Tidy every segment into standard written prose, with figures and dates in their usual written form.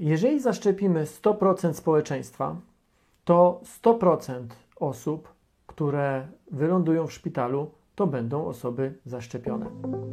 jeżeli zaszczepimy 100% społeczeństwa, to 100% osób, które wylądują w szpitalu, to będą osoby zaszczepione.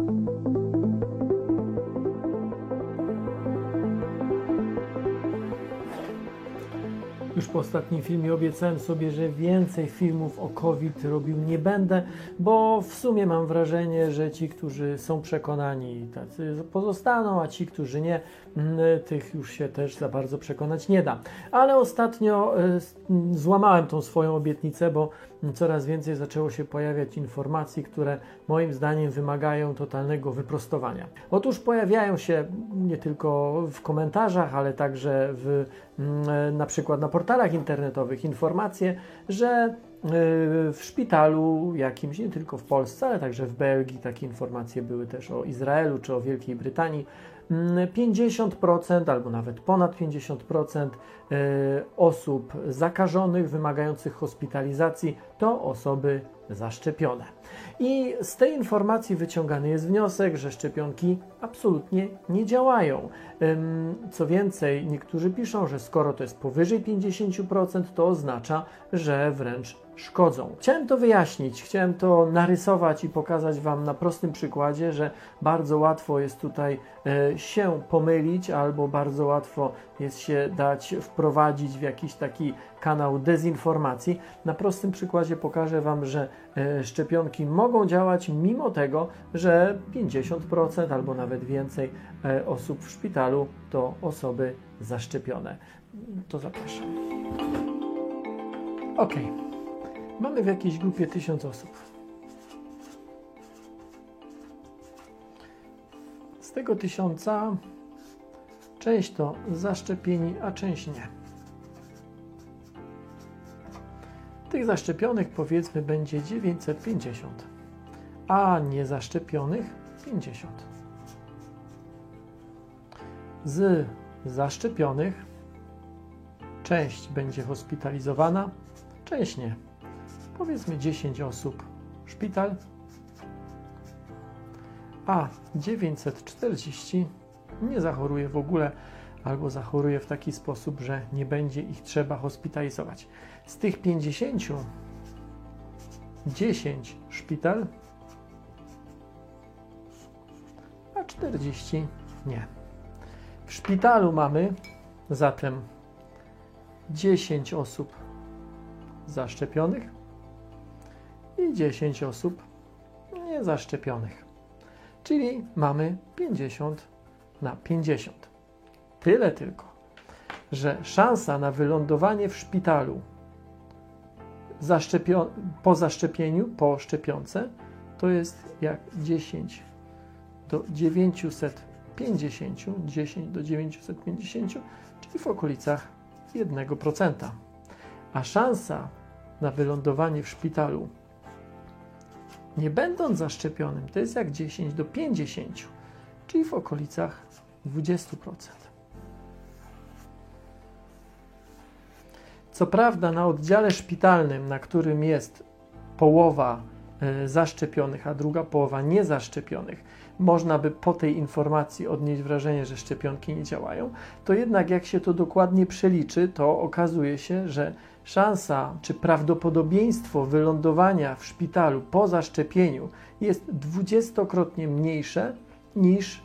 Już po ostatnim filmie obiecałem sobie, że więcej filmów o COVID robił nie będę, bo w sumie mam wrażenie, że ci, którzy są przekonani, tacy pozostaną, a ci, którzy nie, tych już się też za bardzo przekonać nie da. Ale ostatnio złamałem tą swoją obietnicę, bo coraz więcej zaczęło się pojawiać informacji, które moim zdaniem wymagają totalnego wyprostowania. Otóż pojawiają się nie tylko w komentarzach, ale także na przykład na portalach internetowych informacje, że w szpitalu jakimś, nie tylko w Polsce, ale także w Belgii, takie informacje były też o Izraelu czy o Wielkiej Brytanii, 50% albo nawet ponad 50% osób zakażonych, wymagających hospitalizacji, to osoby zaszczepione. I z tej informacji wyciągany jest wniosek, że szczepionki absolutnie nie działają. Co więcej, niektórzy piszą, że skoro to jest powyżej 50%, to oznacza, że wręcz szkodzą. Chciałem to wyjaśnić, chciałem to narysować i pokazać Wam na prostym przykładzie, że bardzo łatwo jest tutaj się pomylić albo bardzo łatwo jest się dać wprowadzić w jakiś taki kanał dezinformacji. Na prostym przykładzie pokażę Wam, że szczepionki mogą działać mimo tego, że 50% albo nawet więcej osób w szpitalu to osoby zaszczepione. To zapraszam. Ok. Mamy w jakiejś grupie 1000 osób. Z tego 1000 część to zaszczepieni, a część nie. Tych zaszczepionych powiedzmy będzie 950, a niezaszczepionych 50. Z zaszczepionych część będzie hospitalizowana, część nie. Powiedzmy 10 osób szpital, a 940 nie zachoruje w ogóle albo zachoruje w taki sposób, że nie będzie ich trzeba hospitalizować. Z tych 50 10 szpital, a 40 nie. W szpitalu mamy zatem 10 osób zaszczepionych i 10 osób niezaszczepionych. Czyli mamy 50 na 50. Tyle tylko, że szansa na wylądowanie w szpitalu po zaszczepieniu, po szczepionce, to jest jak 10 do 950, 10 do 950, czyli w okolicach 1%. A szansa na wylądowanie w szpitalu, nie będąc zaszczepionym, to jest jak 10 do 50, czyli w okolicach 20%. Co prawda na oddziale szpitalnym, na którym jest połowa zaszczepionych, a druga połowa niezaszczepionych, można by po tej informacji odnieść wrażenie, że szczepionki nie działają, to jednak jak się to dokładnie przeliczy, to okazuje się, że szansa czy prawdopodobieństwo wylądowania w szpitalu po zaszczepieniu jest 20-krotnie mniejsze niż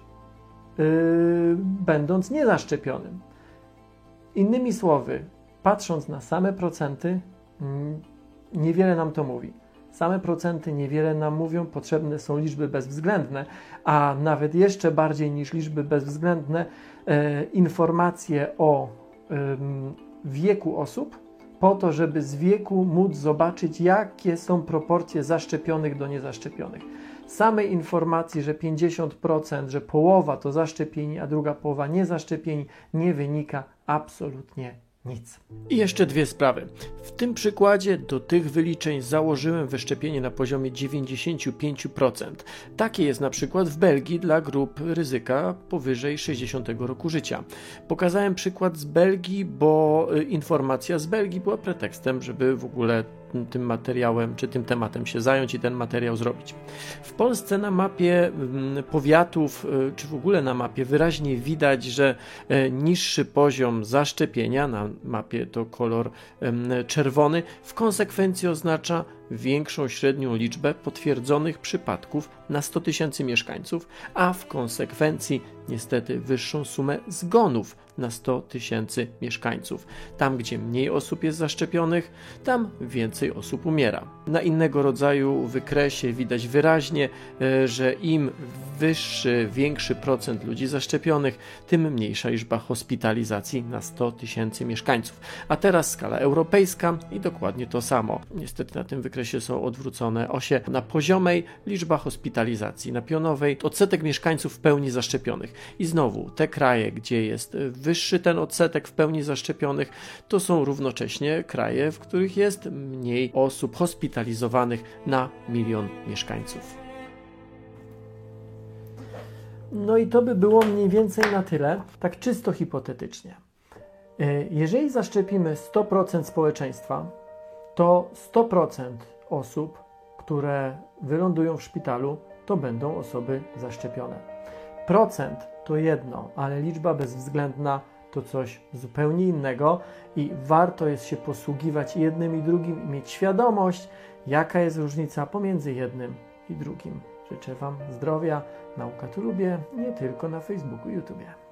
będąc niezaszczepionym. Innymi słowy, patrząc na same procenty, niewiele nam to mówi. Same procenty niewiele nam mówią, potrzebne są liczby bezwzględne, a nawet jeszcze bardziej niż liczby bezwzględne, informacje o wieku osób, po to, żeby z wieku móc zobaczyć, jakie są proporcje zaszczepionych do niezaszczepionych. Samej informacji, że 50%, że połowa to zaszczepieni, a druga połowa niezaszczepieni, nie wynika absolutnie nic. I jeszcze dwie sprawy. W tym przykładzie do tych wyliczeń założyłem wyszczepienie na poziomie 95%. Takie jest na przykład w Belgii dla grup ryzyka powyżej 60 roku życia. Pokazałem przykład z Belgii, bo informacja z Belgii była pretekstem, żeby w ogóle tym materiałem, czy tym tematem się zająć i ten materiał zrobić. W Polsce na mapie powiatów, czy w ogóle na mapie wyraźnie widać, że niższy poziom zaszczepienia, na mapie to kolor czerwony, w konsekwencji oznacza większą średnią liczbę potwierdzonych przypadków na 100 000 mieszkańców, a w konsekwencji niestety wyższą sumę zgonów na 100 000 mieszkańców. Tam, gdzie mniej osób jest zaszczepionych, tam więcej osób umiera. Na innego rodzaju wykresie widać wyraźnie, że im wyższy, większy procent ludzi zaszczepionych, tym mniejsza liczba hospitalizacji na 100 000 mieszkańców. A teraz skala europejska i dokładnie to samo. Niestety na tym wykresie są odwrócone osie. Na poziomej liczba hospitalizacji, na pionowej odsetek mieszkańców w pełni zaszczepionych. I znowu te kraje, gdzie jest wyższy ten odsetek w pełni zaszczepionych, to są równocześnie kraje, w których jest mniej osób hospitalizowanych na 1 000 000 mieszkańców. No i to by było mniej więcej na tyle, tak czysto hipotetycznie. Jeżeli zaszczepimy 100% społeczeństwa, to 100% osób, które wylądują w szpitalu, to będą osoby zaszczepione. Procent to jedno, ale liczba bezwzględna to coś zupełnie innego i warto jest się posługiwać jednym i drugim i mieć świadomość, jaka jest różnica pomiędzy jednym i drugim. Życzę Wam zdrowia, Nauka tu lubię, nie tylko na Facebooku i YouTubie.